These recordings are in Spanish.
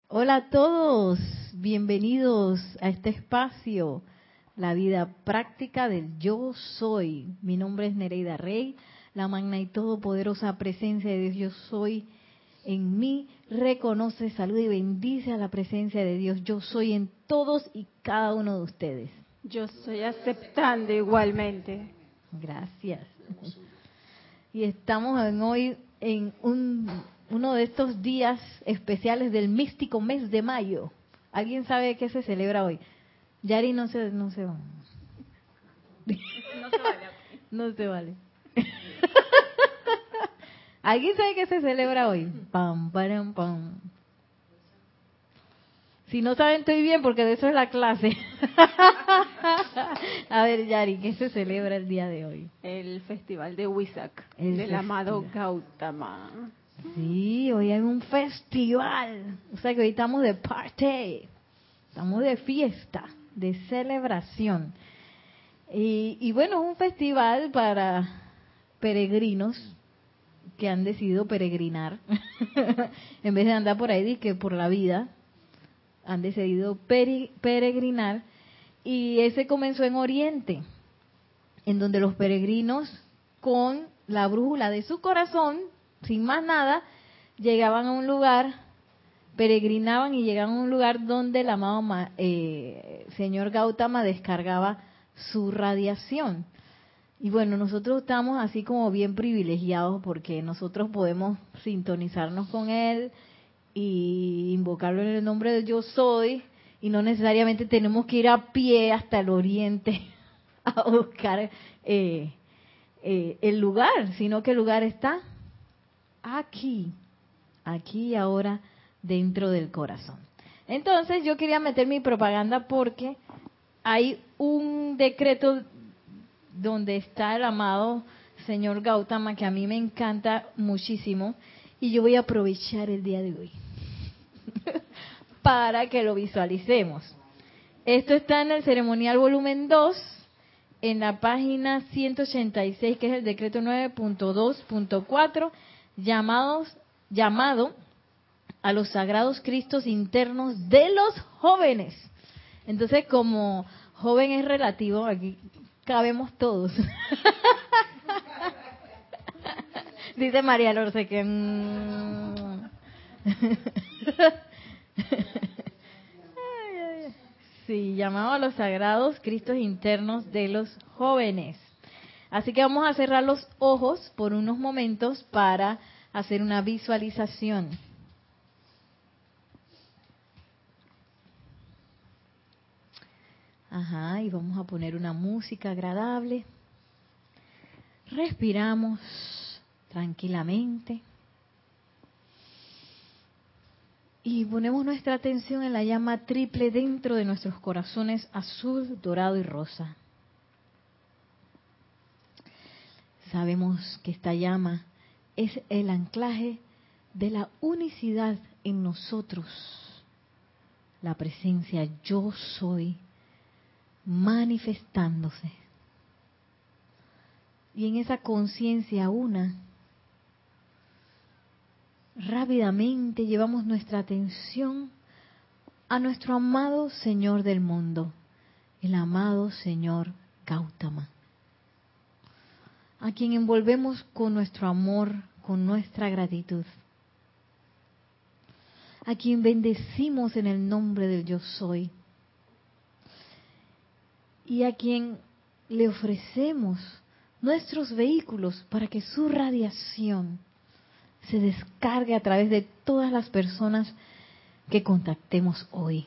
Hola a todos, bienvenidos a este espacio, la vida práctica del Yo Soy. Mi nombre es Nereida Rey, la magna y todopoderosa presencia de Dios Yo Soy en mí. Reconoce, saluda y bendice a la presencia de Dios Yo Soy en todos y cada uno de ustedes. Yo estoy aceptando igualmente. Gracias. Y estamos hoy en uno de estos días especiales del místico mes de mayo. ¿Alguien sabe qué se celebra hoy? Yari no se va. No se vale. No se vale. ¿Alguien sabe qué se celebra hoy? Pam, param, pam. Si no saben, estoy bien, porque de eso es la clase. A ver, Yari, ¿qué se celebra el día de hoy? El festival de Huizac, del amado Gautama. Sí, hoy hay un festival. O sea que hoy estamos de party. Estamos de fiesta, de celebración. Y bueno, es un festival para peregrinos que han decidido peregrinar. En vez de andar por ahí que por la vida, han decidido peregrinar. Y ese comenzó en Oriente, en donde los peregrinos, con la brújula de su corazón, sin más nada, llegaban a un lugar, peregrinaban y llegaban a un lugar donde el amado señor Gautama descargaba su radiación. Y bueno, nosotros estamos así como bien privilegiados porque nosotros podemos sintonizarnos con él y invocarlo en el nombre de Yo Soy, y no necesariamente tenemos que ir a pie hasta el oriente a buscar el lugar, sino que el lugar está aquí y ahora dentro del corazón. Entonces yo quería meter mi propaganda porque hay un decreto donde está el amado señor Gautama que a mí me encanta muchísimo, y yo voy a aprovechar el día de hoy para que lo visualicemos. Esto está en el ceremonial volumen 2, en la página 186, que es el decreto 9.2.4, llamado a los sagrados Cristos internos de los jóvenes. Entonces, como joven es relativo, aquí cabemos todos. Dice María Lorce que... Sí, llamado a los sagrados Cristos internos de los jóvenes. Así que vamos a cerrar los ojos por unos momentos para hacer una visualización. Ajá, y vamos a poner una música agradable. Respiramos tranquilamente. Y ponemos nuestra atención en la llama triple dentro de nuestros corazones azul, dorado y rosa. Sabemos que esta llama es el anclaje de la unicidad en nosotros. La presencia Yo Soy manifestándose. Y en esa conciencia una, rápidamente llevamos nuestra atención a nuestro amado Señor del mundo, el amado Señor Gautama, a quien envolvemos con nuestro amor, con nuestra gratitud, a quien bendecimos en el nombre del Yo Soy, y a quien le ofrecemos nuestros vehículos para que su radiación se descargue a través de todas las personas que contactemos hoy.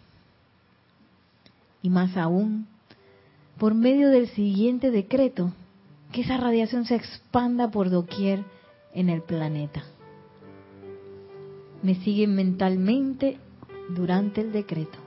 Y más aún, por medio del siguiente decreto, que esa radiación se expanda por doquier en el planeta. Me siguen mentalmente durante el decreto.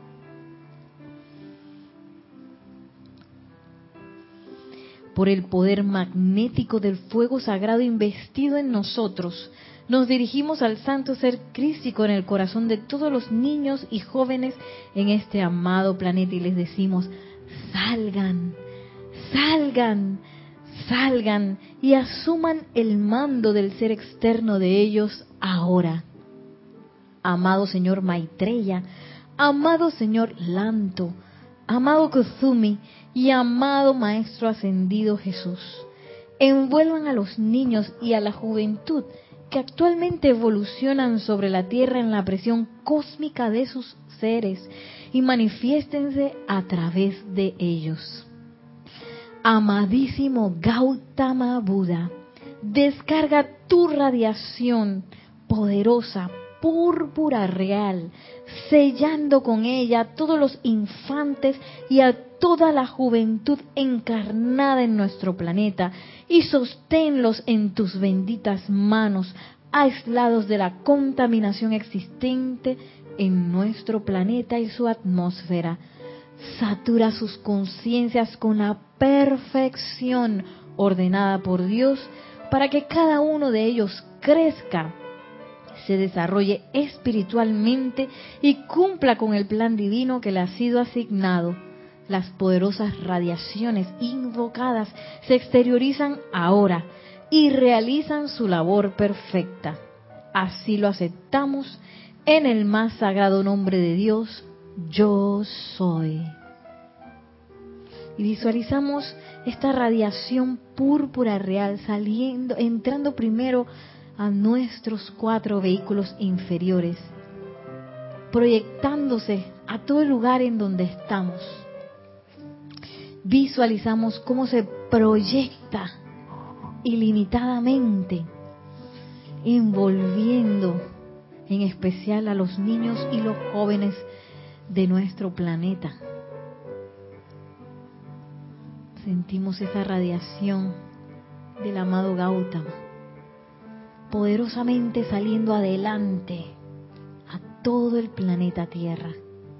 Por el poder magnético del fuego sagrado investido en nosotros, nos dirigimos al santo ser crístico en el corazón de todos los niños y jóvenes en este amado planeta y les decimos: salgan, salgan, salgan y asuman el mando del ser externo de ellos ahora. amado señor Maitreya, amado señor Lanto, amado Kuzumi y amado Maestro Ascendido Jesús, envuelvan a los niños y a la juventud que actualmente evolucionan sobre la Tierra en la presión cósmica de sus seres y manifiéstense a través de ellos. Amadísimo Gautama Buda, descarga tu radiación poderosa, púrpura real, sellando con ella a todos los infantes y a toda la juventud encarnada en nuestro planeta, y sosténlos en tus benditas manos, aislados de la contaminación existente en nuestro planeta y su atmósfera. Satura sus conciencias con la perfección ordenada por Dios, para que cada uno de ellos crezca, se desarrolle espiritualmente y cumpla con el plan divino que le ha sido asignado. Las poderosas radiaciones invocadas se exteriorizan ahora y realizan su labor perfecta. Así lo aceptamos en el más sagrado nombre de Dios, Yo Soy. Y visualizamos esta radiación púrpura real saliendo, entrando primero a nuestros 4 vehículos inferiores, proyectándose a todo el lugar en donde estamos. Visualizamos cómo se proyecta ilimitadamente, envolviendo en especial a los niños y los jóvenes de nuestro planeta. Sentimos esa radiación del amado Gautama poderosamente saliendo adelante a todo el planeta Tierra.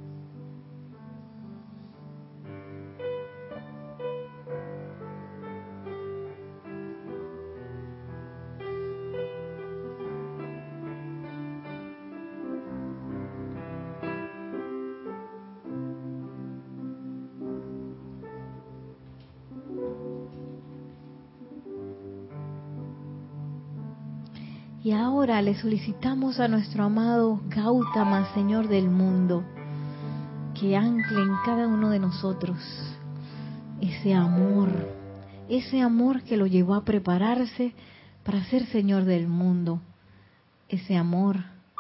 Y ahora le solicitamos a nuestro amado Gautama, Señor del mundo, que ancle en cada uno de nosotros ese amor que lo llevó a prepararse para ser Señor del mundo, ese amor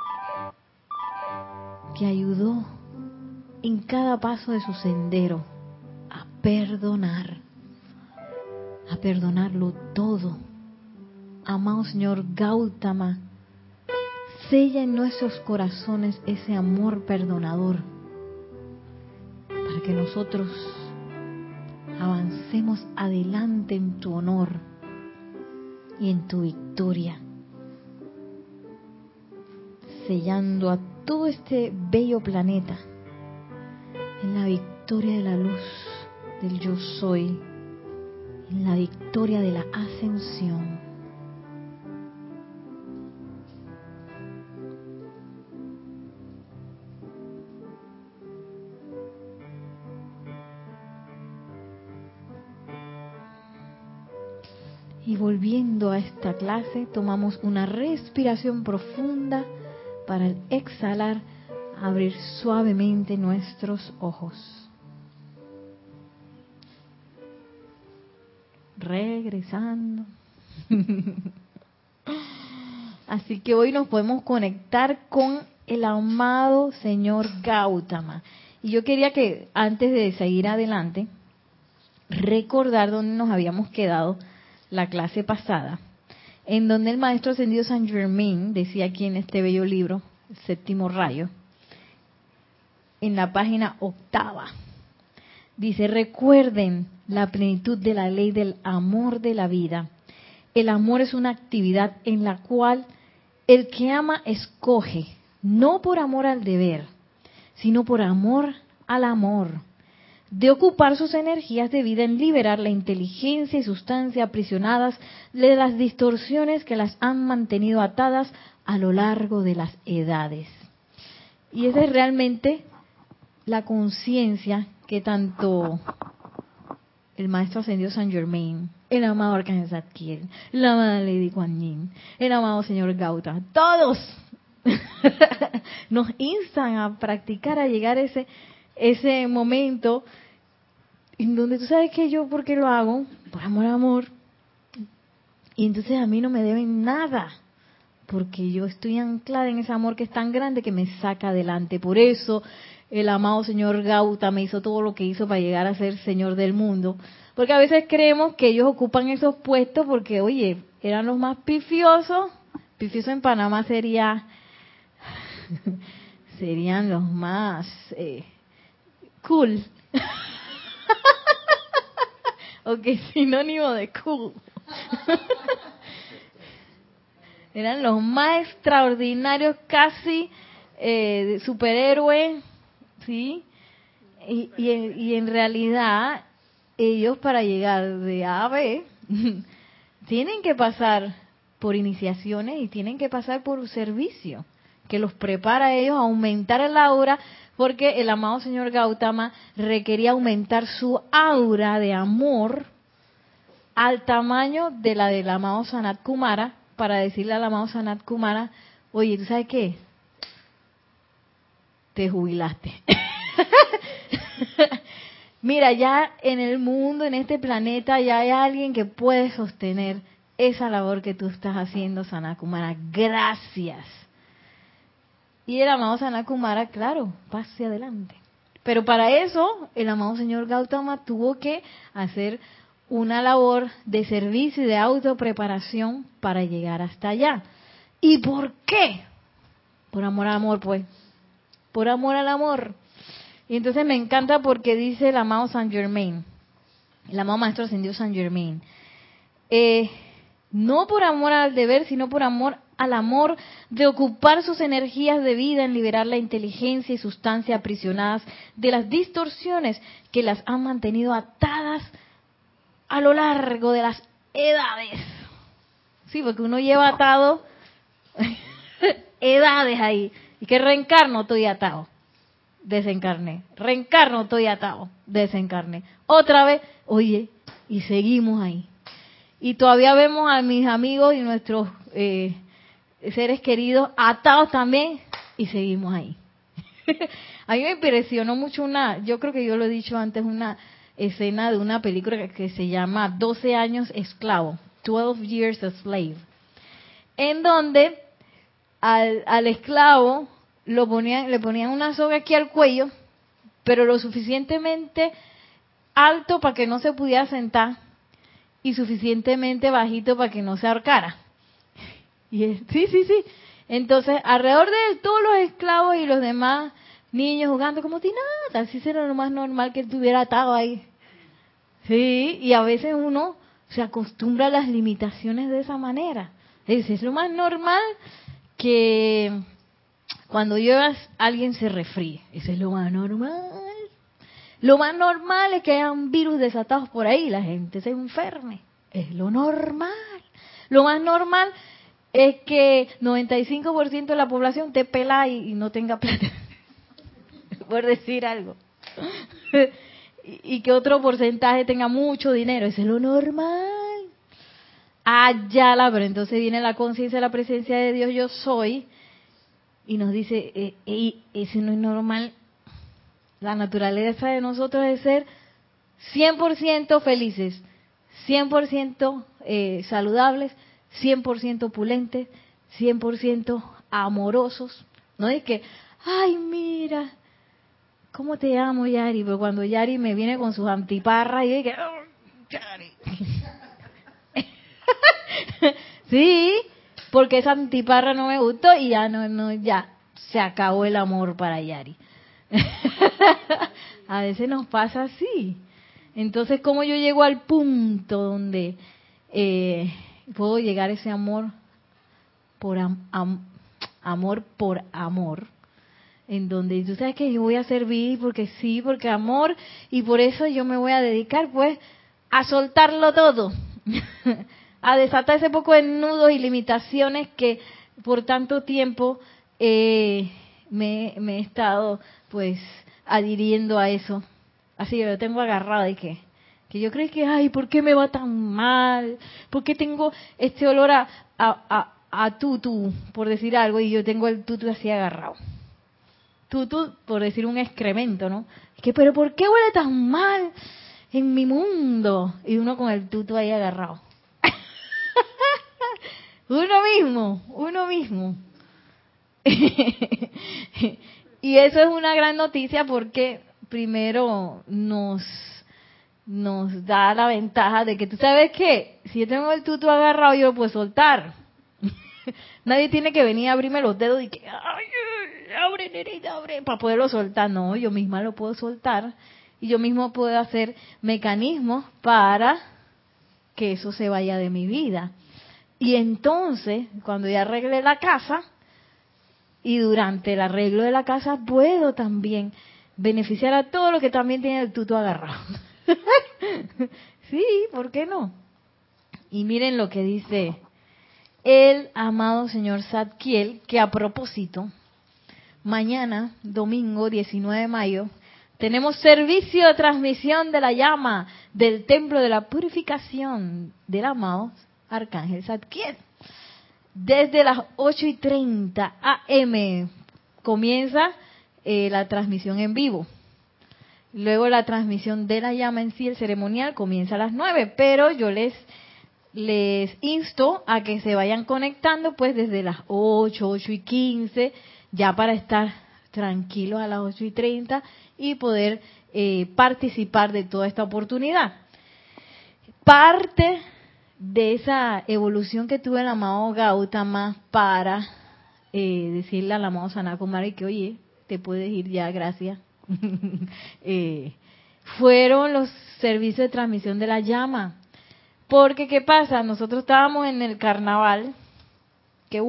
que ayudó en cada paso de su sendero a perdonarlo todo. Amado Señor Gautama, sella en nuestros corazones ese amor perdonador para que nosotros avancemos adelante en tu honor y en tu victoria, sellando a todo este bello planeta en la victoria de la luz del Yo Soy, en la victoria de la ascensión. Y volviendo a esta clase, tomamos una respiración profunda para al exhalar abrir suavemente nuestros ojos. Regresando. Así que hoy nos podemos conectar con el amado señor Gautama. Y yo quería que antes de seguir adelante, recordar dónde nos habíamos quedado la clase pasada, en donde el maestro ascendido Saint Germain decía aquí en este bello libro, El Séptimo Rayo, en la página 8, dice: recuerden la plenitud de la ley del amor de la vida. El amor es una actividad en la cual el que ama escoge, no por amor al deber, sino por amor al amor, de ocupar sus energías de vida en liberar la inteligencia y sustancia aprisionadas de las distorsiones que las han mantenido atadas a lo largo de las edades. Y esa es realmente la conciencia que tanto el maestro ascendido Saint Germain, el amado Arcángel Zadkiel, la amada Lady Kuan Yin, el amado señor Gautama, todos nos instan a practicar, a llegar a ese momento en donde tú sabes que yo, ¿por qué lo hago? Por amor a amor. Y entonces a mí no me deben nada, porque yo estoy anclada en ese amor que es tan grande que me saca adelante. Por eso el amado señor Gautama hizo todo lo que hizo para llegar a ser señor del mundo. Porque a veces creemos que ellos ocupan esos puestos porque, oye, eran los más pifiosos. Pifioso en Panamá serían los más cool. Ok, sinónimo de cool. Eran los más extraordinarios, casi superhéroes, ¿sí? Y en realidad, ellos para llegar de A a B, tienen que pasar por iniciaciones y tienen que pasar por un servicio que los prepara a ellos a aumentar el aura, porque el amado señor Gautama requería aumentar su aura de amor al tamaño de la del amado Sanat Kumara, para decirle al amado Sanat Kumara, oye, ¿tú sabes qué? Te jubilaste. Mira, ya en el mundo, en este planeta, ya hay alguien que puede sostener esa labor que tú estás haciendo, Sanat Kumara. Gracias. Y el amado Sanat Kumara, claro, pase adelante. Pero para eso, el amado señor Gautama tuvo que hacer una labor de servicio y de autopreparación para llegar hasta allá. ¿Y por qué? Por amor al amor, pues. Por amor al amor. Y entonces me encanta porque dice el amado Saint Germain, el amado Maestro Ascendido Saint Germain, no por amor al deber, sino por amor al amor de ocupar sus energías de vida en liberar la inteligencia y sustancia aprisionadas de las distorsiones que las han mantenido atadas a lo largo de las edades. Sí, porque uno lleva atado edades ahí. Y que reencarno, estoy atado. Desencarné. Reencarno, estoy atado. Desencarné. Otra vez, oye, y seguimos ahí. Y todavía vemos a mis amigos y nuestros seres queridos atados también y seguimos ahí. A mí me impresionó mucho yo creo que yo lo he dicho antes, una escena de una película que se llama 12 años esclavo, 12 Years a Slave, en donde al esclavo le ponían una soga aquí al cuello, pero lo suficientemente alto para que no se pudiera sentar y suficientemente bajito para que no se ahorcara. Sí. Entonces, alrededor de todos los esclavos y los demás niños jugando como si nada, así será lo más normal que él estuviera atado ahí. Sí, y a veces uno se acostumbra a las limitaciones de esa manera. Es lo más normal que cuando lluevas alguien se resfríe. Eso es lo más normal. Lo más normal es que hayan virus desatados por ahí y la gente se enferme. Es lo normal. Lo más normal es que 95% de la población esté pelada y no tenga plata. Por decir algo. Y que otro porcentaje tenga mucho dinero. Eso es lo normal. Pero entonces viene la conciencia de la presencia de Dios, yo soy, y nos dice, ese no es normal. La naturaleza de nosotros es ser 100% felices, 100% saludables, 100% opulentes, 100% amorosos. No es que, ay, mira, ¿cómo te amo, Yari? Pero cuando Yari me viene con sus antiparras y que, oh, Yari. Sí, porque esa antiparra no me gustó y ya se acabó el amor para Yari. A veces nos pasa así. Entonces, ¿cómo yo llego al punto donde puedo llegar a ese amor por amor por amor? En donde tú sabes que yo voy a servir porque sí, porque amor, y por eso yo me voy a dedicar pues a soltarlo todo. A desatar ese poco de nudos y limitaciones que por tanto tiempo me he estado pues adhiriendo a eso. Así que lo tengo agarrado y que yo creo que, ay, ¿por qué me va tan mal? ¿Por qué tengo este olor a Tutu, por decir algo, y yo tengo el Tutu así agarrado. Tutu, por decir un excremento, ¿no? Es que, pero ¿por qué huele tan mal en mi mundo? Y uno con el Tutu ahí agarrado. Uno mismo. Y eso es una gran noticia porque primero nos da la ventaja de que tú sabes que si yo tengo el Tutu agarrado yo lo puedo soltar. Nadie tiene que venir a abrirme los dedos y que ay, abre, Nereida, abre, para poderlo soltar. No, yo misma lo puedo soltar y yo mismo puedo hacer mecanismos para que eso se vaya de mi vida. Y entonces, cuando ya arregle la casa, y durante el arreglo de la casa, puedo también beneficiar a todo lo que también tiene el Tutu agarrado. Sí, ¿por qué no? Y miren lo que dice el amado señor Zadkiel, que a propósito, mañana, domingo 19 de mayo, tenemos servicio de transmisión de la llama del Templo de la Purificación del amado Arcángel Zadkiel. Desde las 8:30 AM comienza la transmisión en vivo. Luego la transmisión de la llama en sí, el ceremonial, comienza a las 9, pero yo les insto a que se vayan conectando pues desde las 8:15, ya para estar tranquilos a las 8:30 y poder participar de toda esta oportunidad. Parte de esa evolución que tuve el amado Gautama para decirle al amado Sanat Kumara que oye, te puedes ir ya, gracias. Fueron los servicios de transmisión de la llama. Porque, ¿qué pasa? Nosotros estábamos en el carnaval, que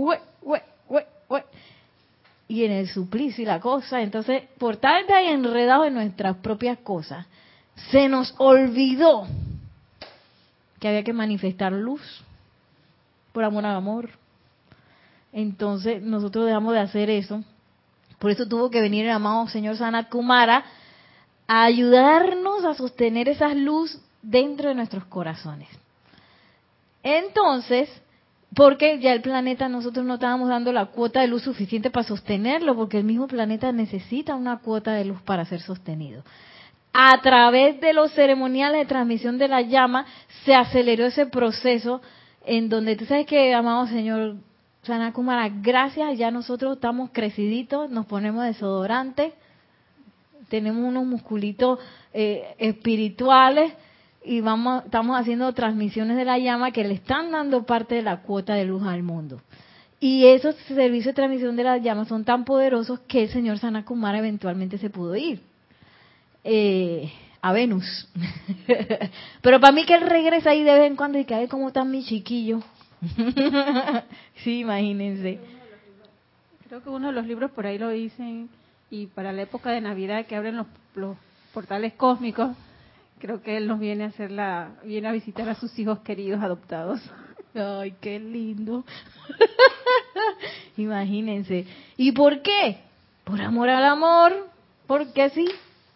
y en el suplicio y la cosa, entonces, por estar ahí enredados en nuestras propias cosas, se nos olvidó que había que manifestar luz por amor al amor. Entonces, nosotros dejamos de hacer eso. Por eso tuvo que venir el amado señor Sanat Kumara a ayudarnos a sostener esa luz dentro de nuestros corazones. Entonces, porque ya el planeta, nosotros no estábamos dando la cuota de luz suficiente para sostenerlo, porque el mismo planeta necesita una cuota de luz para ser sostenido. A través de los ceremoniales de transmisión de la llama, se aceleró ese proceso en donde, tú sabes que, amado señor Sanat Kumara, gracias, ya nosotros estamos creciditos, nos ponemos desodorante, tenemos unos musculitos espirituales, y estamos haciendo transmisiones de la llama que le están dando parte de la cuota de luz al mundo. Y esos servicios de transmisión de la llama son tan poderosos que el señor Sanat Kumara eventualmente se pudo ir a Venus. Pero para mí que él regresa ahí de vez en cuando y cae como tan mi chiquillo. Sí, imagínense. Creo que uno de los libros por ahí lo dicen, y para la época de Navidad que abren los portales cósmicos, creo que él nos viene a visitar a sus hijos queridos adoptados. Ay, qué lindo. Imagínense. ¿Y por qué? Por amor al amor. ¿Por qué sí?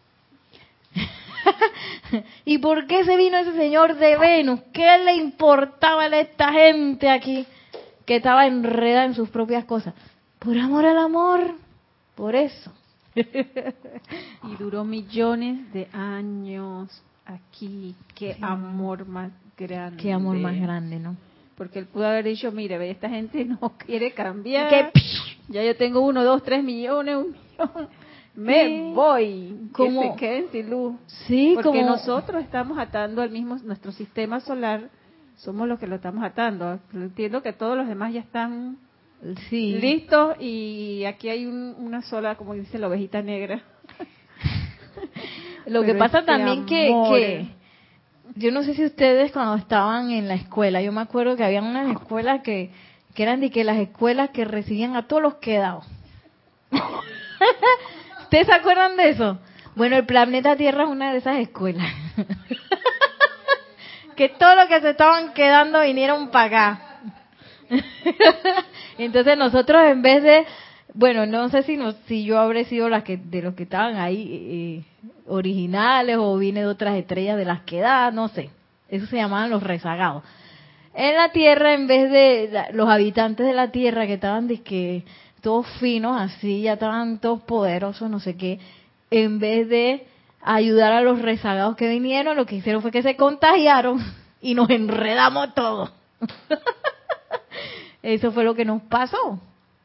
¿Y por qué se vino ese señor de Venus? ¿Qué le importaba a esta gente aquí que estaba enredada en sus propias cosas? Por amor al amor. Por eso. Y duró millones de años aquí. Qué amor más grande. Qué amor más grande, ¿no? Porque él pudo haber dicho, mire, ve, esta gente no quiere cambiar. Ya yo tengo 1, 2, 3 millones, 1 millón. Me voy. ¿Cómo? Que se queden sin luz. Sí, porque nosotros estamos atando al mismo, nuestro sistema solar, somos los que lo estamos atando. Entiendo que todos los demás ya están listos, y aquí hay una sola, como dice la ovejita negra. Lo que pasa también que yo no sé si ustedes cuando estaban en la escuela, yo me acuerdo que había unas escuelas que eran de que las escuelas que recibían a todos los quedados. ¿Ustedes se acuerdan de eso? Bueno, el planeta Tierra es una de esas escuelas. Que todos los que se estaban quedando vinieron para acá. Entonces nosotros, en vez de, bueno, no sé si yo habré sido de los que estaban ahí originales, o vine de otras estrellas de las quedadas, no sé. Eso se llamaban los rezagados. En la Tierra, en vez de los habitantes de la Tierra que estaban todos finos, así, ya estaban todos poderosos, no sé qué, en vez de ayudar a los rezagados que vinieron, lo que hicieron fue que se contagiaron y nos enredamos todos. Eso fue lo que nos pasó.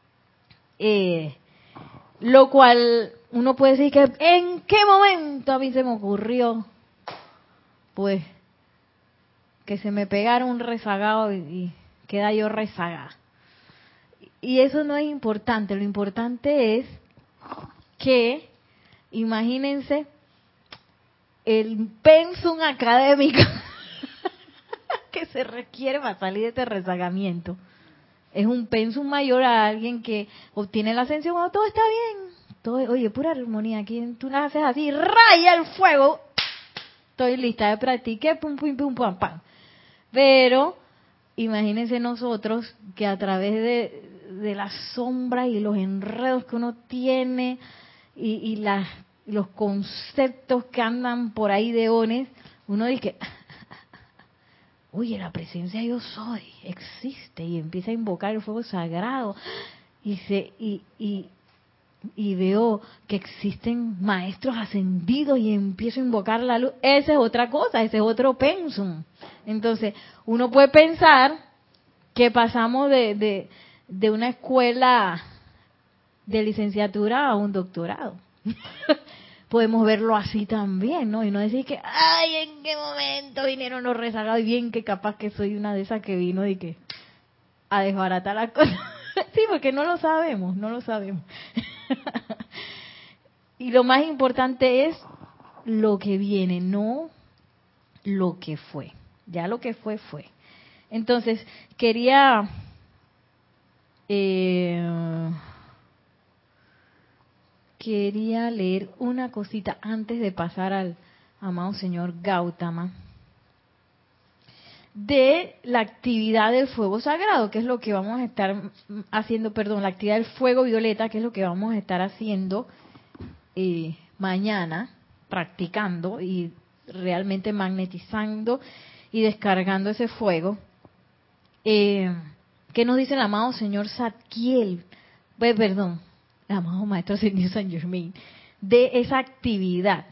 Lo cual uno puede decir que ¿en qué momento a mí se me ocurrió? Pues que se me pegara un rezagado y queda yo rezagada. Y eso no es importante, lo importante es que, imagínense, el pensum académico que se requiere para salir de este rezagamiento. Es un pensum mayor a alguien que obtiene la ascensión cuando todo está bien. Todo, oye, pura armonía, aquí tú la haces así, raya el fuego, estoy lista de practicar, pum, pum, pum, pum, pam. Pero imagínense nosotros que a través de las sombras y los enredos que uno tiene y los conceptos que andan por ahí de ones, uno dice, oye, la presencia yo soy existe, y empieza a invocar el fuego sagrado y veo que existen maestros ascendidos y empiezo a invocar la luz. Esa es otra cosa, ese es otro pensum. Entonces, uno puede pensar que pasamos de una escuela de licenciatura a un doctorado. Podemos verlo así también, ¿no? Y no decir que, ay, ¿en qué momento vinieron los rezagados? Y bien que capaz que soy una de esas que vino y que a desbaratar las cosas. Sí, porque no lo sabemos, no lo sabemos. Y lo más importante es lo que viene, no lo que fue. Ya lo que fue, fue. Entonces, quería leer una cosita antes de pasar al amado señor Gautama, de la actividad del fuego sagrado, que es lo que vamos a estar haciendo, perdón, la actividad del fuego violeta, que es lo que vamos a estar haciendo mañana, practicando y realmente magnetizando y descargando ese fuego. ¿Qué nos dice el amado señor Zadkiel? Perdón, el amado maestro ascendido Saint Germain, de esa actividad.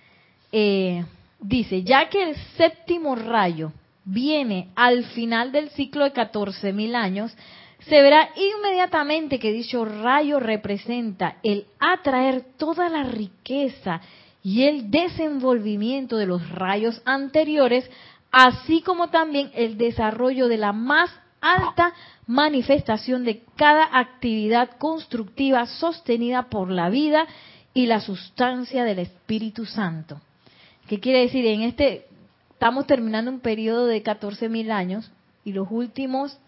Dice, ya que el séptimo rayo viene al final del ciclo de 14.000 años, se verá inmediatamente que dicho rayo representa el atraer toda la riqueza y el desenvolvimiento de los rayos anteriores, así como también el desarrollo de la más alta manifestación de cada actividad constructiva sostenida por la vida y la sustancia del Espíritu Santo. ¿Qué quiere decir? Estamos terminando un periodo de 14.000 años y los últimos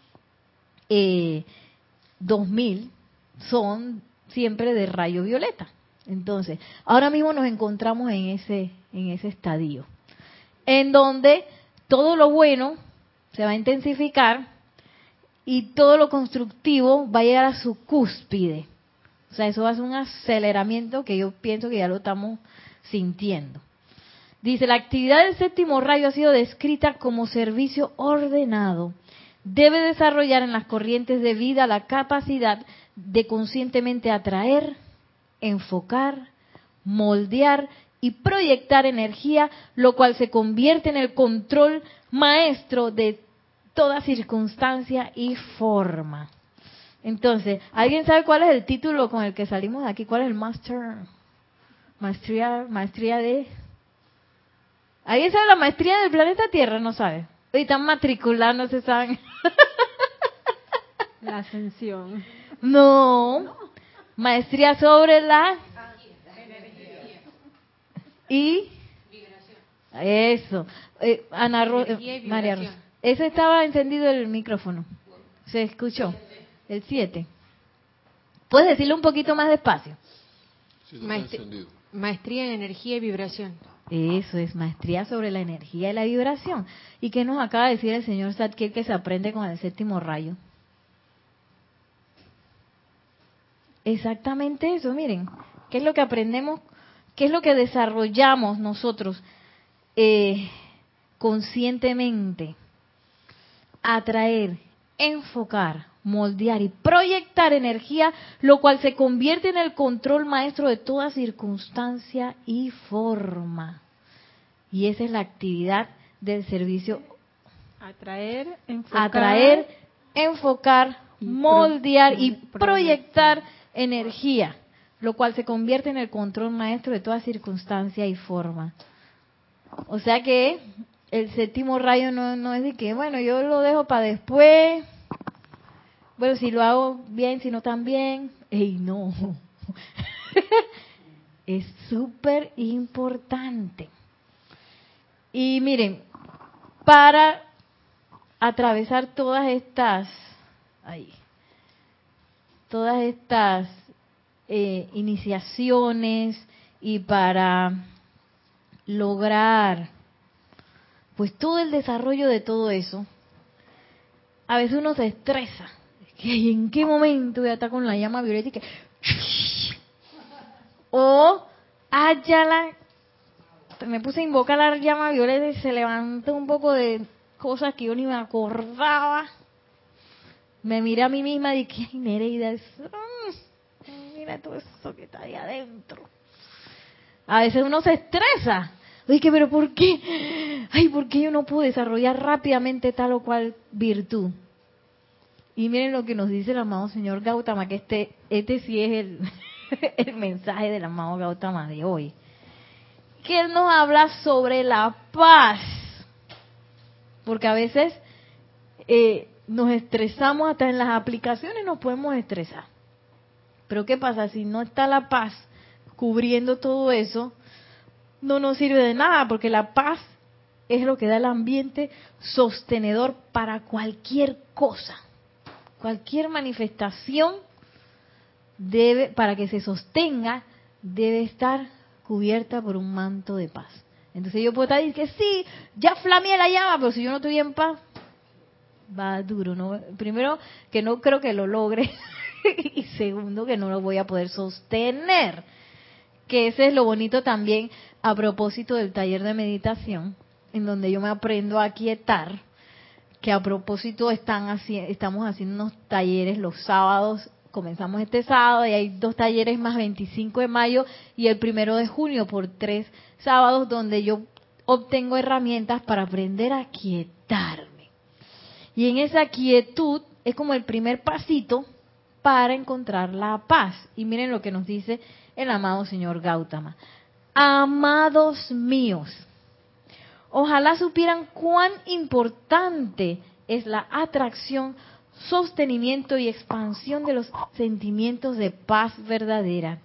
2.000 son siempre de rayo violeta. Entonces, ahora mismo nos encontramos en ese estadio, en donde todo lo bueno se va a intensificar y todo lo constructivo va a llegar a su cúspide. O sea, eso va a ser un aceleramiento que yo pienso que ya lo estamos sintiendo. Dice, la actividad del séptimo rayo ha sido descrita como servicio ordenado. Debe desarrollar en las corrientes de vida la capacidad de conscientemente atraer, enfocar, moldear y proyectar energía, lo cual se convierte en el control maestro de toda circunstancia y forma. Entonces, ¿alguien sabe cuál es el título con el que salimos de aquí? ¿Cuál es el maestría de? ¿Alguien sabe la maestría del planeta Tierra? No sabe. Hoy están matriculando, no se saben. La ascensión. No. Maestría sobre la y eso. Ana María Rosa. Ese estaba encendido el micrófono. ¿Se escuchó? El 7. ¿Puedes decirlo un poquito más despacio? Sí, maestría en energía y vibración. Eso es maestría sobre la energía y la vibración. ¿Y qué nos acaba de decir el señor Zadkiel que se aprende con el séptimo rayo? Exactamente eso, miren. ¿Qué es lo que aprendemos? ¿Qué es lo que desarrollamos nosotros conscientemente? atraer, enfocar, moldear y proyectar energía, lo cual se convierte en el control maestro de toda circunstancia y forma. Y esa es la actividad del servicio. Atraer, enfocar, moldear y proyectar energía, lo cual se convierte en el control maestro de toda circunstancia y forma. O sea que el séptimo rayo no es de que, bueno, yo lo dejo para después, bueno, si lo hago bien, si no tan bien, ¡ey, no! Es súper importante. Y miren, para atravesar todas estas iniciaciones y para lograr pues todo el desarrollo de todo eso, a veces uno se estresa. ¿Y en qué momento voy a estar con la llama violeta? O me puse a invocar la llama violeta y se levantó un poco de cosas que yo ni me acordaba. Me miré a mí misma y dije, ay, Nereida, mira todo eso que está ahí adentro. A veces uno se estresa. Dije, pero ¿por qué? Ay, ¿por qué yo no puedo desarrollar rápidamente tal o cual virtud? Y miren lo que nos dice el amado señor Gautama, que este sí es el mensaje del amado Gautama de hoy. Que él nos habla sobre la paz. Porque a veces nos estresamos, hasta en las aplicaciones nos podemos estresar. Pero ¿qué pasa? Si no está la paz cubriendo todo eso, no nos sirve de nada, porque la paz es lo que da el ambiente sostenedor para cualquier cosa. Cualquier manifestación para que se sostenga, debe estar cubierta por un manto de paz. Entonces yo puedo estar diciendo que sí, ya flameé la llama, pero si yo no estoy en paz, va duro, ¿no? Primero, que no creo que lo logre, y segundo, que no lo voy a poder sostener. Que ese es lo bonito también a propósito del taller de meditación, en donde yo me aprendo a aquietar, que a propósito estamos haciendo unos talleres los sábados. Comenzamos este sábado y hay 2 talleres más, 25 de mayo y el 1 de junio, por 3 sábados, donde yo obtengo herramientas para aprender a quietarme. Y en esa quietud es como el primer pasito para encontrar la paz. Y miren lo que nos dice el amado señor Gautama. Amados míos, ojalá supieran cuán importante es la atracción, sostenimiento y expansión de los sentimientos de paz verdadera.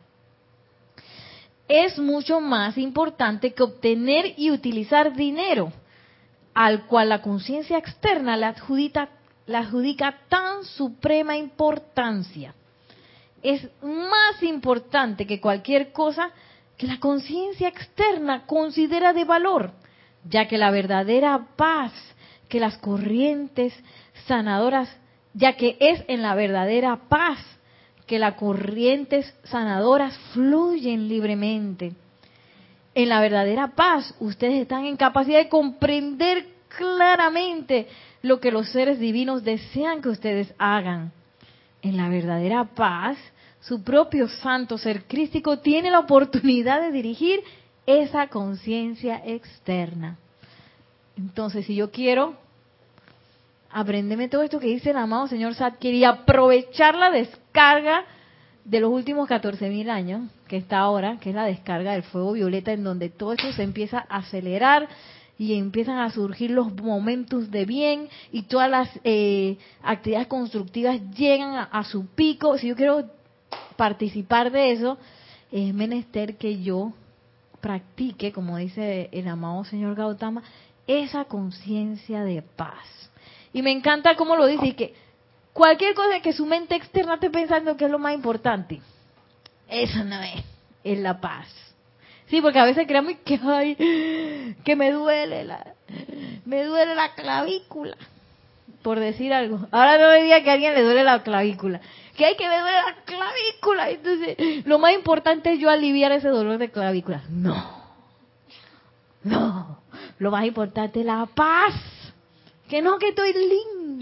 Es mucho más importante que obtener y utilizar dinero, al cual la conciencia externa le adjudica tan suprema importancia. Es más importante que cualquier cosa que la conciencia externa considera de valor, ya que la verdadera paz, que las corrientes sanadoras, ya que es en la verdadera paz que las corrientes sanadoras fluyen libremente. En la verdadera paz, ustedes están en capacidad de comprender claramente lo que los seres divinos desean que ustedes hagan. En la verdadera paz, su propio santo ser crístico tiene la oportunidad de dirigir esa conciencia externa. Entonces, si yo quiero aprenderme todo esto que dice el amado señor Sadhguru y aprovechar la descarga de los últimos 14.000 años, que está ahora, que es la descarga del fuego violeta, en donde todo esto se empieza a acelerar y empiezan a surgir los momentos de bien y todas las actividades constructivas llegan a su pico. Si yo quiero participar de eso, es menester que yo practique, como dice el amado señor Gautama, esa conciencia de paz. Y me encanta cómo lo dice, y que cualquier cosa que su mente externa esté pensando que es lo más importante, eso no es la paz. Sí, porque a veces creemos que ay, que me duele la clavícula, por decir algo. Ahora no me diga que a alguien le duele la clavícula, que hay que me duele la clavícula. Entonces, lo más importante es yo aliviar ese dolor de clavícula. No. Lo más importante es la paz. Que no, que estoy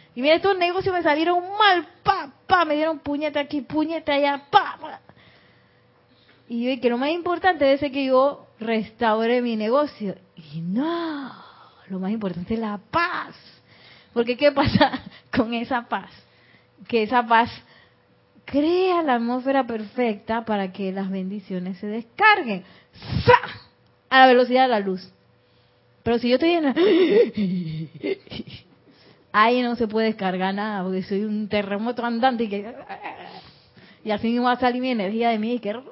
Y mira, estos negocios me salieron mal, me dieron puñete aquí, puñete allá, pa. Y yo, y que lo más importante es que yo restaure mi negocio. Y no, lo más importante es la paz. Porque ¿qué pasa con esa paz? Que esa paz crea la atmósfera perfecta para que las bendiciones se descarguen. ¡Sa! A la velocidad de la luz. Pero si yo estoy en la... ahí no se puede descargar nada, porque soy un terremoto andante y así mismo va a salir mi energía de mí y que...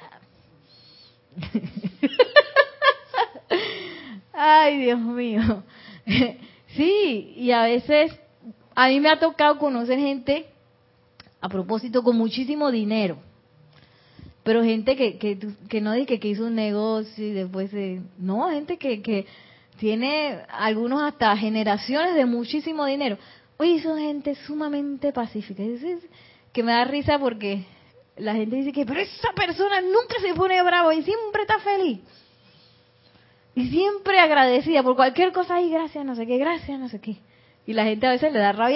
Ay, Dios mío. Sí, y a veces a mí me ha tocado conocer gente, a propósito, con muchísimo dinero, pero gente que no dice que hizo un negocio y después no, gente que tiene algunos hasta generaciones de muchísimo dinero. Oye, son gente sumamente pacífica. Es que me da risa porque la gente dice que, pero esa persona nunca se pone bravo y siempre está feliz. Y siempre agradecida por cualquier cosa. Ay, gracias, no sé qué, gracias, no sé qué. Y la gente a veces le da rabia.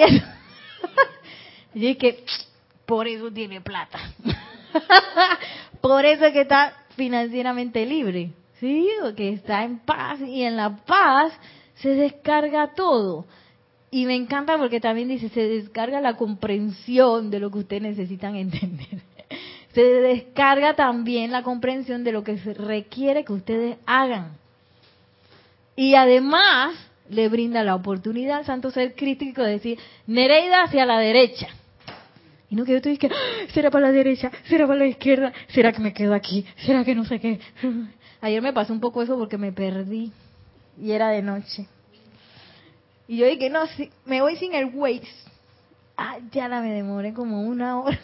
Y es que, por eso tiene plata. Por eso es que está financieramente libre. Sí, que está en paz. Y en la paz se descarga todo. Y me encanta porque también dice, se descarga la comprensión de lo que ustedes necesitan entender. Se descarga también la comprensión de lo que se requiere que ustedes hagan. Y además le brinda la oportunidad al santo ser crítico de decir, Nereida hacia la derecha. Y no que yo te diga, ¿será para la derecha? ¿Será para la izquierda? ¿Será que me quedo aquí? ¿Será que no sé qué? Ayer me pasó un poco eso porque me perdí y era de noche. Y yo dije, no, me voy sin el Waze. Ah, ya me demoré como 1 hora.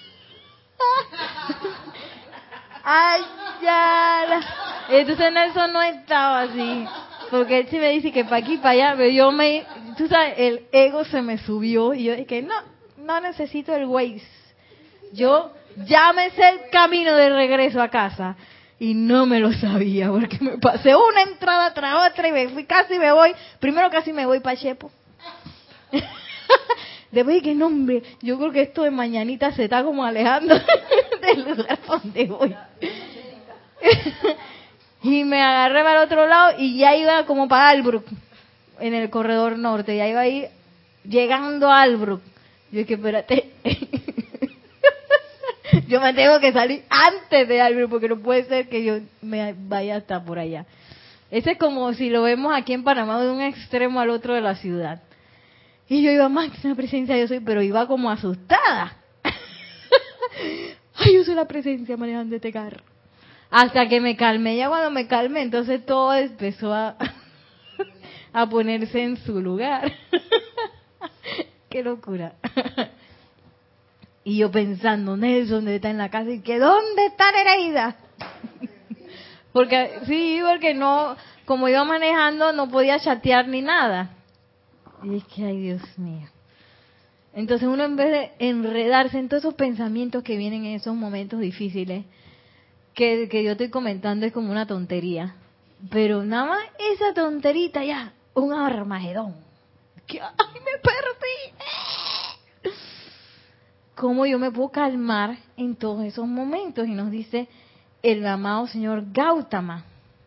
Ay, ya. Entonces eso no estaba así. Porque él sí me dice que para aquí, para allá, pero yo tú sabes, el ego se me subió y yo dije, no necesito el Waze. Yo ya me sé el camino de regreso a casa y no me lo sabía porque me pasé una entrada tras otra y primero casi me voy para Chepo. Después dije, no hombre, yo creo que esto de mañanita se está como alejando del lugar donde voy. Y me agarré para el otro lado y ya iba como para Albrook, en el corredor norte. Ya iba ahí llegando a Albrook. Yo dije, espérate. Yo me tengo que salir antes de Albrook porque no puede ser que yo me vaya hasta por allá. Ese es como si lo vemos aquí en Panamá de un extremo al otro de la ciudad. Y yo iba, máxima presencia yo soy, pero iba como asustada. Ay, yo soy la presencia manejando este carro. Hasta que me calmé, ya cuando me calmé, entonces todo empezó a ponerse en su lugar. Qué locura. Y yo pensando, Nelson está en la casa y que ¿dónde está Nereida? Porque no, como iba manejando no podía chatear ni nada. Y es que, ay Dios mío. Entonces uno en vez de enredarse en todos esos pensamientos que vienen en esos momentos difíciles, que yo estoy comentando es como una tontería. Pero nada más esa tonterita ya, un Armagedón. Que, ¡ay, me perdí! ¿Cómo yo me puedo calmar en todos esos momentos? Y nos dice el amado señor Gautama.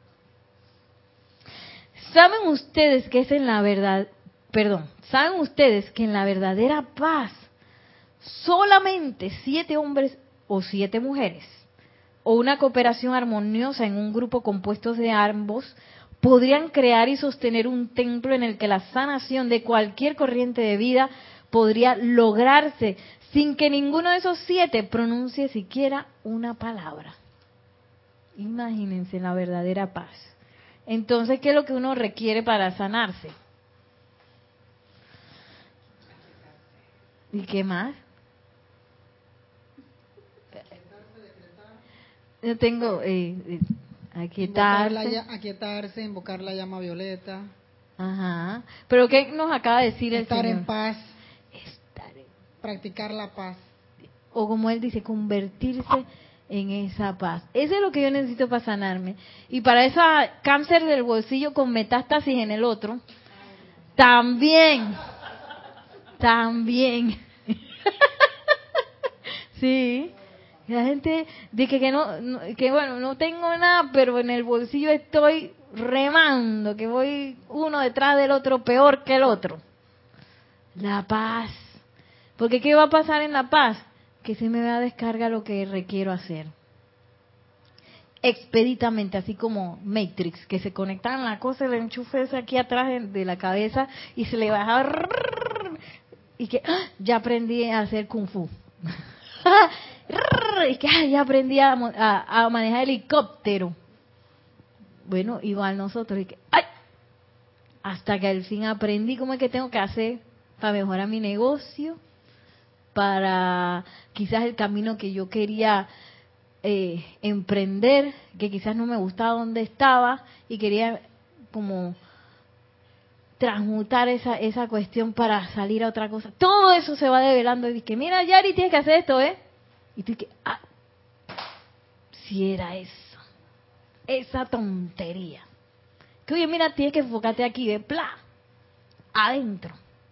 ¿Saben ustedes que ¿saben ustedes que en la verdadera paz solamente 7 hombres o 7 mujeres o una cooperación armoniosa en un grupo compuesto de ambos podrían crear y sostener un templo en el que la sanación de cualquier corriente de vida podría lograrse sin que ninguno de esos 7 pronuncie siquiera una palabra? Imagínense la verdadera paz. Entonces, ¿qué es lo que uno requiere para sanarse? ¿Y qué más? Yo tengo aquietarse, invocar la llama violeta. Ajá. Pero ¿qué nos acaba de decir el Señor? Estar en paz. Practicar la paz. O como él dice, convertirse en esa paz. Eso es lo que yo necesito para sanarme. Y para ese cáncer del bolsillo con metástasis en el otro, también También. Sí. La gente dice que bueno, no tengo nada, pero en el bolsillo estoy remando, que voy uno detrás del otro peor que el otro. La paz. Porque ¿qué va a pasar en la paz? Que se me va a descargar lo que requiero hacer. Expeditamente, así como Matrix, que se conectaban la cosa, el enchufe ese aquí atrás de la cabeza y se le bajaba y que ya aprendí a hacer kung fu. Y que ya aprendí a manejar helicóptero. Bueno, igual nosotros, y que ¡ay! Hasta que al fin aprendí cómo es que tengo que hacer para mejorar mi negocio, para quizás el camino que yo quería emprender, que quizás no me gustaba donde estaba y quería como transmutar esa cuestión para salir a otra cosa. Todo eso se va develando y dice, mira Yari, tienes que hacer esto, y tú que, si era eso, esa tontería. Que oye, mira, tienes que enfocarte aquí, de adentro.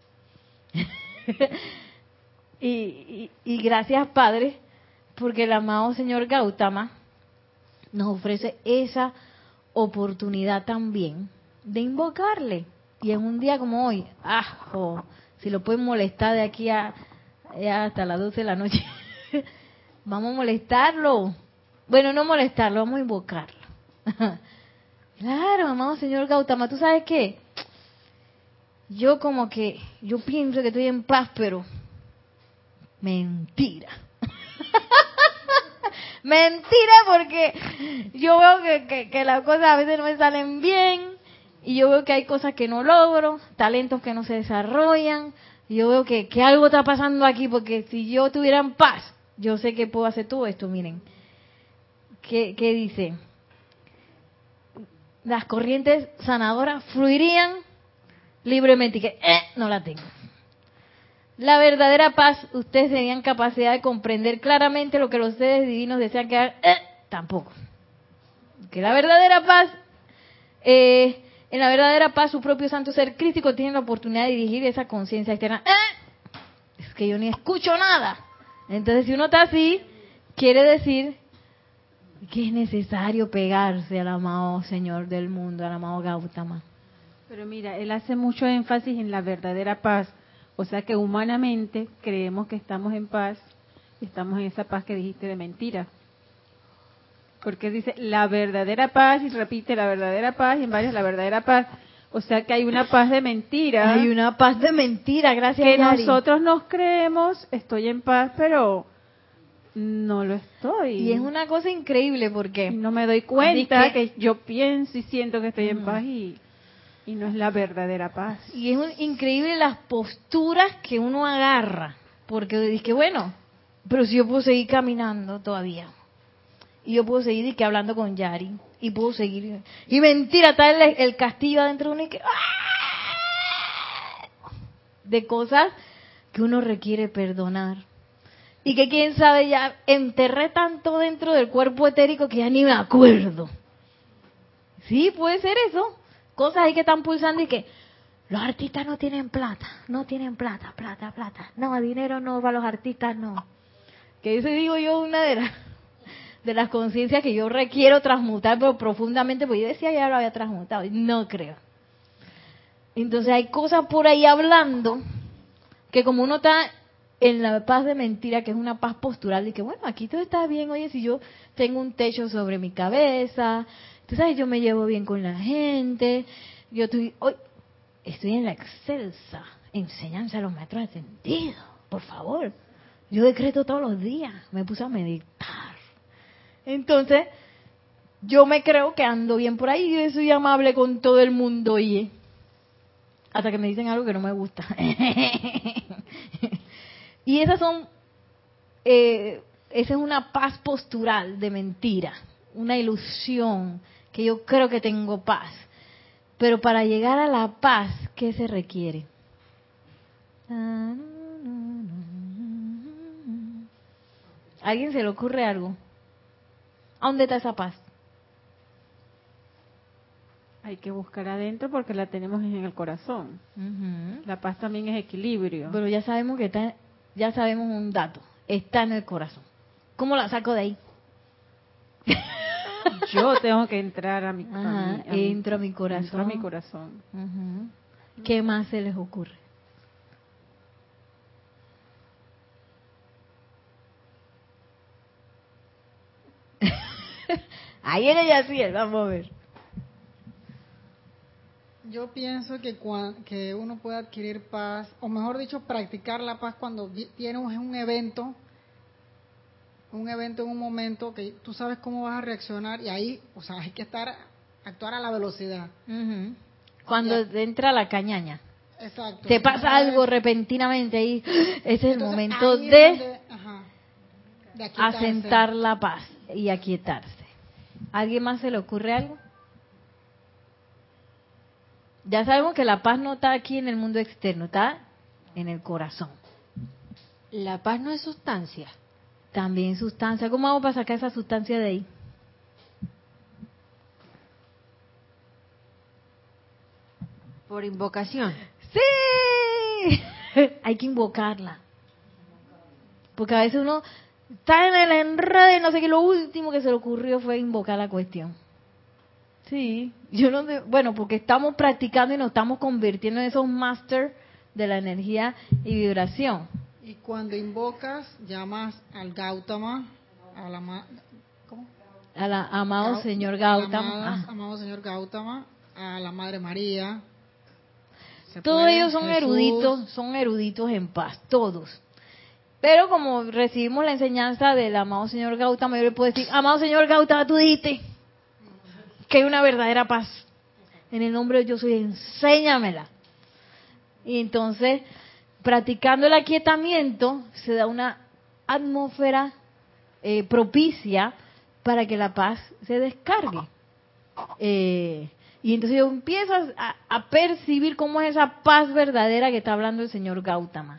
y gracias, Padre, porque el amado señor Gautama nos ofrece esa oportunidad también de invocarle. Y en un día como hoy, si lo pueden molestar de aquí hasta las 12 de la noche, vamos a molestarlo. Bueno, no molestarlo, vamos a invocarlo. Claro, amado señor Gautama, ¿tú sabes qué? Yo pienso que estoy en paz, pero mentira. Mentira, porque yo veo que las cosas a veces no me salen bien, y yo veo que hay cosas que no logro, talentos que no se desarrollan, y yo veo que algo está pasando aquí, porque si yo tuviera en paz, yo sé que puedo hacer todo esto. Miren, ¿qué dice? Las corrientes sanadoras fluirían libremente, y que no la tengo. La verdadera paz, ustedes tenían capacidad de comprender claramente lo que los seres divinos desean que hagan, tampoco. Que la verdadera paz, en la verdadera paz, su propio santo ser crístico tiene la oportunidad de dirigir esa conciencia externa. Es que yo ni escucho nada. Entonces, si uno está así, quiere decir que es necesario pegarse al amado Señor del mundo, al amado Gautama. Pero mira, él hace mucho énfasis en la verdadera paz. O sea que humanamente creemos que estamos en paz, y estamos en esa paz que dijiste de mentira. Porque dice la verdadera paz y repite la verdadera paz y en varias la verdadera paz. O sea que hay una paz de mentira. Hay una paz de mentira, gracias que Yari. Nosotros nos creemos, estoy en paz, pero no lo estoy. Y es una cosa increíble porque no me doy cuenta que yo pienso y siento que estoy en paz y no es la verdadera paz. Y es increíble las posturas que uno agarra, porque dice, bueno, pero si yo puedo seguir caminando todavía, y yo puedo seguir hablando con Yari, y puedo seguir, y mentira, está el castillo adentro de uno y que de cosas que uno requiere perdonar. Y que quién sabe, ya enterré tanto dentro del cuerpo etérico que ya ni me acuerdo. Sí, puede ser eso. Cosas ahí que están pulsando y que los artistas no tienen plata, plata. No, dinero no, para los artistas no. Que eso digo yo, una de las conciencias que yo requiero transmutar, pero profundamente, porque yo decía ya lo había transmutado, y no creo. Entonces hay cosas por ahí hablando que como uno está en la paz de mentira, que es una paz postural, y que bueno, aquí todo está bien, oye, si yo tengo un techo sobre mi cabeza, tú sabes, yo me llevo bien con la gente, yo estoy en la excelsa enseñanza de los maestros ascendidos, por favor, yo decreto todos los días, me puse a meditar, entonces yo me creo que ando bien por ahí, yo soy amable con todo el mundo, oye, hasta que me dicen algo que no me gusta. Y esas son, esa es una paz postural de mentira, una ilusión, que yo creo que tengo paz. Pero para llegar a la paz, ¿qué se requiere? ¿A alguien se le ocurre algo? ¿A dónde está esa paz? Hay que buscar adentro porque la tenemos en el corazón. La paz también es equilibrio. Pero ya sabemos que está, ya sabemos un dato, está en el corazón. ¿Cómo la saco de ahí? Yo tengo que entrar a mi entro a mi corazón. Entro a mi corazón. ¿Qué más se les ocurre? Ahí viene Yaciel, vamos a ver. Yo pienso que uno puede adquirir paz, o mejor dicho, practicar la paz cuando tienes un evento en un momento que tú sabes cómo vas a reaccionar y ahí, o sea, hay que actuar a la velocidad. Cuando entra la cañaña. Exacto. Te pasa algo repentinamente ahí, ese es el momento de asentar la paz y aquietarse. ¿A alguien más se le ocurre algo? Ya sabemos que la paz no está aquí en el mundo externo, está en el corazón. La paz no es sustancia. También sustancia. ¿Cómo hago para sacar esa sustancia de ahí? Por invocación. ¡Sí! Hay que invocarla. Porque a veces uno está en el enredo y no sé qué, lo último que se le ocurrió fue invocar la cuestión. Sí, yo no sé, bueno, porque estamos practicando y nos estamos convirtiendo en esos masters de la energía y vibración. Y cuando invocas, llamas al Gautama, ¿cómo? Al amado señor Gautama. Amado señor Gautama, a la Madre María. Todos ellos son eruditos en paz, todos. Pero como recibimos la enseñanza del amado señor Gautama, yo le puedo decir, amado señor Gautama, tú dijiste que hay una verdadera paz. En el nombre de Yo Soy, enséñamela. Y entonces, practicando el aquietamiento, se da una atmósfera propicia para que la paz se descargue. Y entonces yo empiezo a percibir cómo es esa paz verdadera que está hablando el señor Gautama.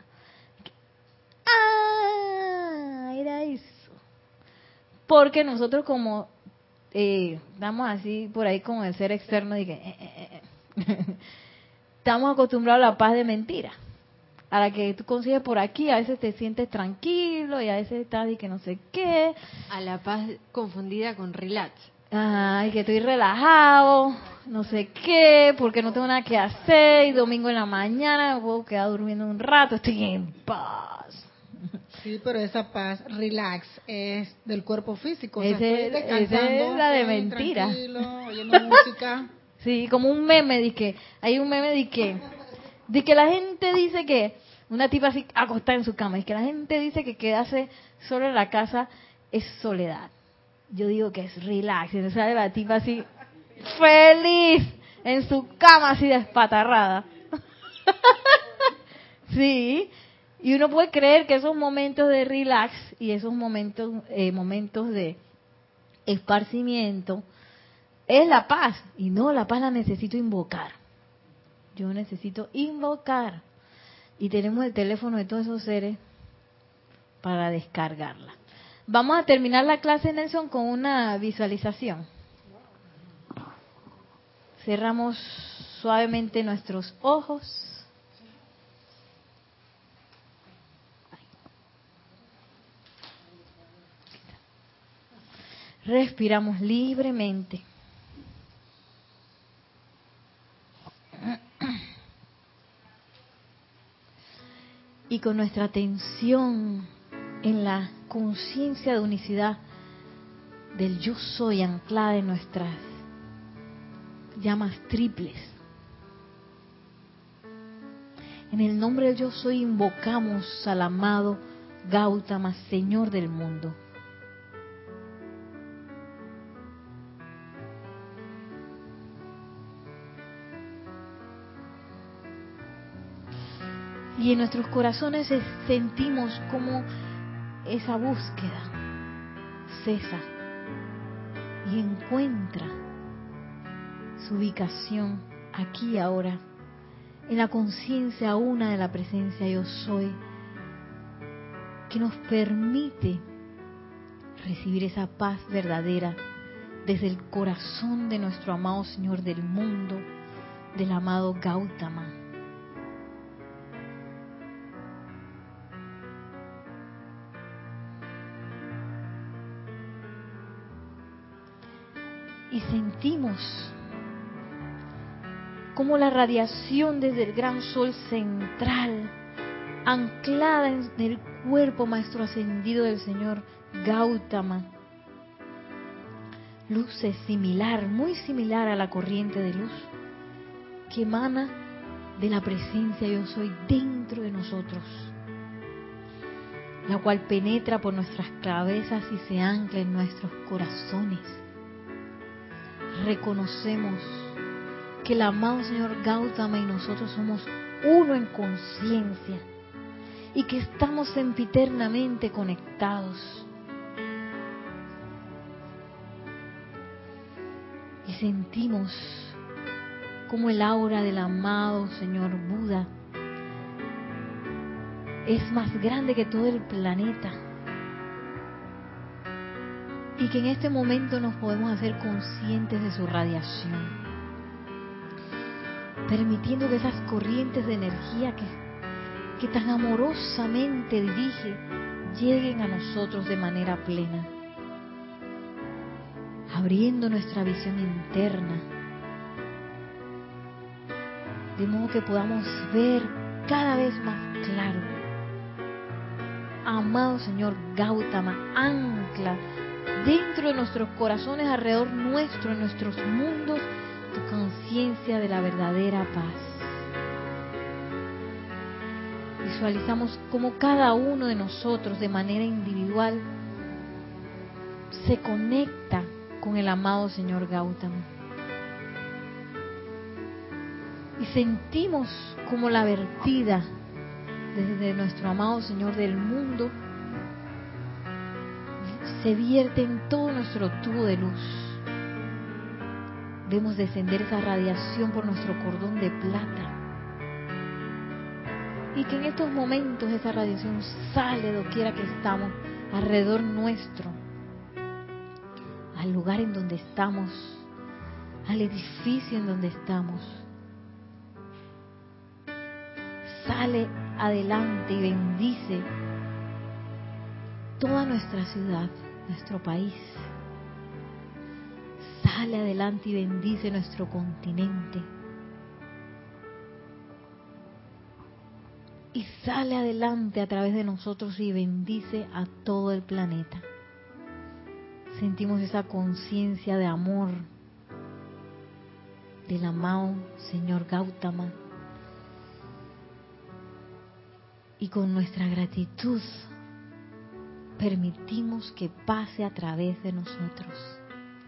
Ah, era eso. Porque nosotros como estamos así por ahí con el ser externo de que estamos acostumbrados a la paz de mentira, a la que tú consigues por aquí, a veces te sientes tranquilo y a veces estás y que no sé qué, a la paz confundida con relax. Ay, que estoy relajado, no sé qué, porque no tengo nada que hacer y domingo en la mañana me puedo quedar durmiendo un rato, estoy en paz. Sí, pero esa paz, relax, es del cuerpo físico. Esa es la de mentira. Tranquilo, oyendo música. Sí, como un meme, hay un meme de que la gente dice que, una tipa así acostada en su cama, y que la gente dice que quedarse solo en la casa es soledad. Yo digo que es relax, y sale la tipa así, feliz, en su cama así despatarrada. Sí, y uno puede creer que esos momentos de relax y esos momentos de esparcimiento es la paz. Y no, la paz la necesito invocar. Yo necesito invocar. Y tenemos el teléfono de todos esos seres para descargarla. Vamos a terminar la clase, Nelson, con una visualización. Cerramos suavemente nuestros ojos. Respiramos libremente. Y con nuestra atención en la conciencia de unicidad del Yo Soy anclada en nuestras llamas triples. En el nombre del Yo Soy invocamos al amado Gautama, Señor del mundo. Y en nuestros corazones sentimos como esa búsqueda cesa y encuentra su ubicación aquí y ahora, en la conciencia una de la presencia Yo Soy, que nos permite recibir esa paz verdadera desde el corazón de nuestro amado Señor del mundo, del amado Gautama. Y sentimos como la radiación desde el gran sol central, anclada en el cuerpo maestro ascendido del Señor Gautama, luce similar, muy similar a la corriente de luz que emana de la presencia yo soy dentro de nosotros, la cual penetra por nuestras cabezas y se ancla en nuestros corazones. Reconocemos que el amado Señor Gautama y nosotros somos uno en conciencia y que estamos sempiternamente conectados. Y sentimos como el aura del amado Señor Buda es más grande que todo el planeta. Y que en este momento nos podemos hacer conscientes de su radiación, permitiendo que esas corrientes de energía que tan amorosamente dirige lleguen a nosotros de manera plena, abriendo nuestra visión interna, de modo que podamos ver cada vez más claro. Amado Señor Gautama, ancla dentro de nuestros corazones, alrededor nuestro, en nuestros mundos, tu conciencia de la verdadera paz. Visualizamos cómo cada uno de nosotros de manera individual se conecta con el amado Señor Gautama. Y sentimos como la vertida desde nuestro amado Señor del mundo se vierte en todo nuestro tubo de luz. Vemos descender esa radiación por nuestro cordón de plata. Y que en estos momentos esa radiación sale doquiera que estamos, alrededor nuestro, al lugar en donde estamos, al edificio en donde estamos. Sale adelante y bendice toda nuestra ciudad, nuestro país. Sale adelante y bendice nuestro continente. Y sale adelante a través de nosotros y bendice a todo el planeta. Sentimos esa conciencia de amor del amado Señor Gautama. Y con nuestra gratitud permitimos que pase a través de nosotros.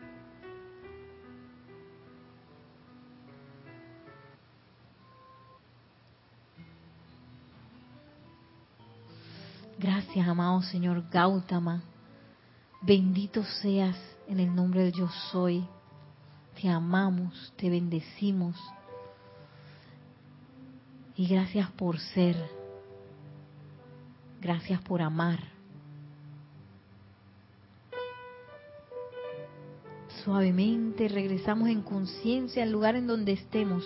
Gracias, amado Señor Gautama. Bendito seas en el nombre del Yo Soy. Te amamos, te bendecimos. Y gracias por ser. Gracias por amar. Suavemente regresamos en conciencia al lugar en donde estemos.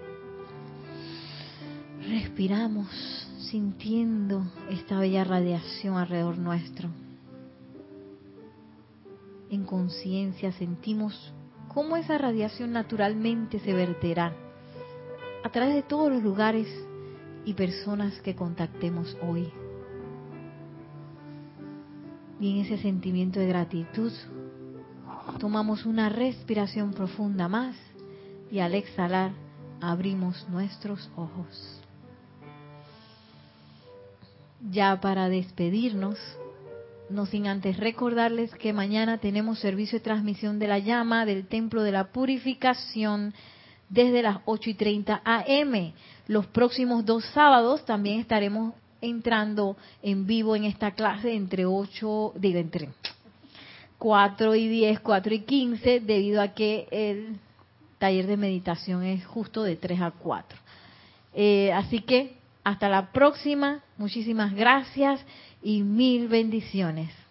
Respiramos, sintiendo esta bella radiación alrededor nuestro. En conciencia sentimos cómo esa radiación naturalmente se verterá a través de todos los lugares y personas que contactemos hoy. Y en ese sentimiento de gratitud, tomamos una respiración profunda más y al exhalar abrimos nuestros ojos. Ya para despedirnos, no sin antes recordarles que mañana tenemos servicio de transmisión de la llama del Templo de la Purificación desde las 8:30 a.m. Los próximos 2 sábados también estaremos entrando en vivo en esta clase entre 4 y 10, 4 y 15, debido a que el taller de meditación es justo de 3 a 4. Así que hasta la próxima, muchísimas gracias y mil bendiciones.